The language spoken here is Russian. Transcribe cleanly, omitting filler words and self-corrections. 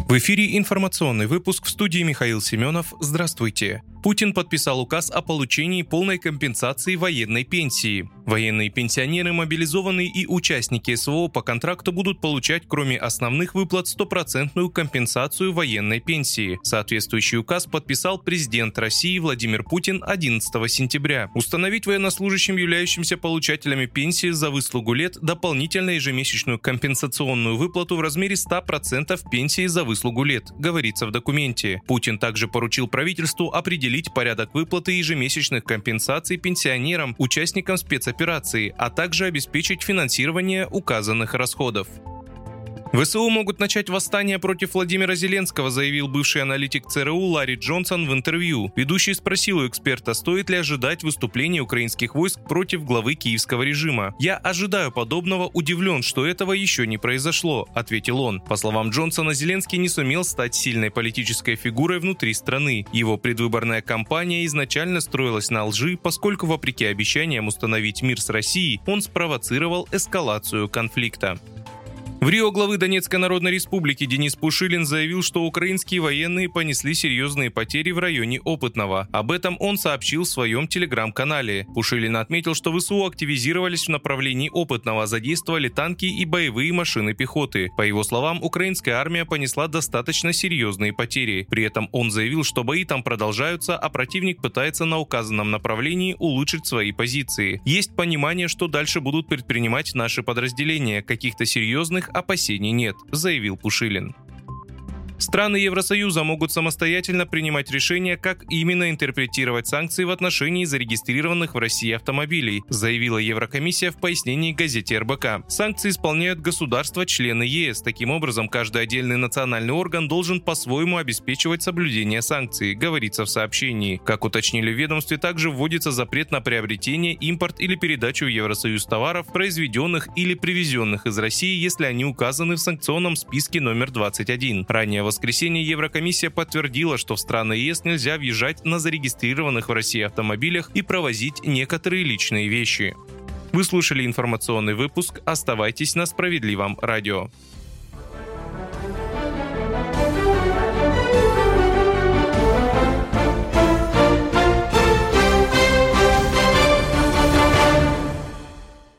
В эфире информационный выпуск, в студии Михаил Семенов. Здравствуйте. Путин подписал указ о получении полной компенсации военной пенсии. Военные пенсионеры, мобилизованные и участники СВО по контракту будут получать, кроме основных выплат, 100% компенсацию военной пенсии. Соответствующий указ подписал президент России Владимир Путин 11 сентября. Установить военнослужащим, являющимся получателями пенсии за выслугу лет, дополнительно ежемесячную компенсационную выплату в размере 100% пенсии за выслугу лет, говорится в документе. Путин также поручил правительству определить порядок выплаты ежемесячных компенсаций пенсионерам, участникам спецоперации, а также обеспечить финансирование указанных расходов. ВСУ могут начать восстание против Владимира Зеленского, заявил бывший аналитик ЦРУ Ларри Джонсон в интервью. Ведущий спросил у эксперта, стоит ли ожидать выступления украинских войск против главы киевского режима. «Я ожидаю подобного, удивлен, что этого еще не произошло», — ответил он. По словам Джонсона, Зеленский не сумел стать сильной политической фигурой внутри страны. Его предвыборная кампания изначально строилась на лжи, поскольку, вопреки обещаниям установить мир с Россией, он спровоцировал эскалацию конфликта. В Рио главы Донецкой Народной Республики Денис Пушилин заявил, что украинские военные понесли серьезные потери в районе Опытного. Об этом он сообщил в своем телеграм-канале. Пушилин отметил, что ВСУ активизировались в направлении Опытного, задействовали танки и боевые машины пехоты. По его словам, украинская армия понесла достаточно серьезные потери. При этом он заявил, что бои там продолжаются, а противник пытается на указанном направлении улучшить свои позиции. Есть понимание, что дальше будут предпринимать наши подразделения. Каких-то серьезных опасений нет, заявил Пушилин. Страны Евросоюза могут самостоятельно принимать решения, как именно интерпретировать санкции в отношении зарегистрированных в России автомобилей, заявила Еврокомиссия в пояснении газете РБК. Санкции исполняют государства-члены ЕС. Таким образом, каждый отдельный национальный орган должен по-своему обеспечивать соблюдение санкций, говорится в сообщении. Как уточнили в ведомстве, также вводится запрет на приобретение, импорт или передачу в Евросоюз товаров, произведенных или привезенных из России, если они указаны в санкционном списке номер 21. Ранее в воскресенье Еврокомиссия подтвердила, что в страны ЕС нельзя въезжать на зарегистрированных в России автомобилях и провозить некоторые личные вещи. Вы слушали информационный выпуск. Оставайтесь на Справедливом радио.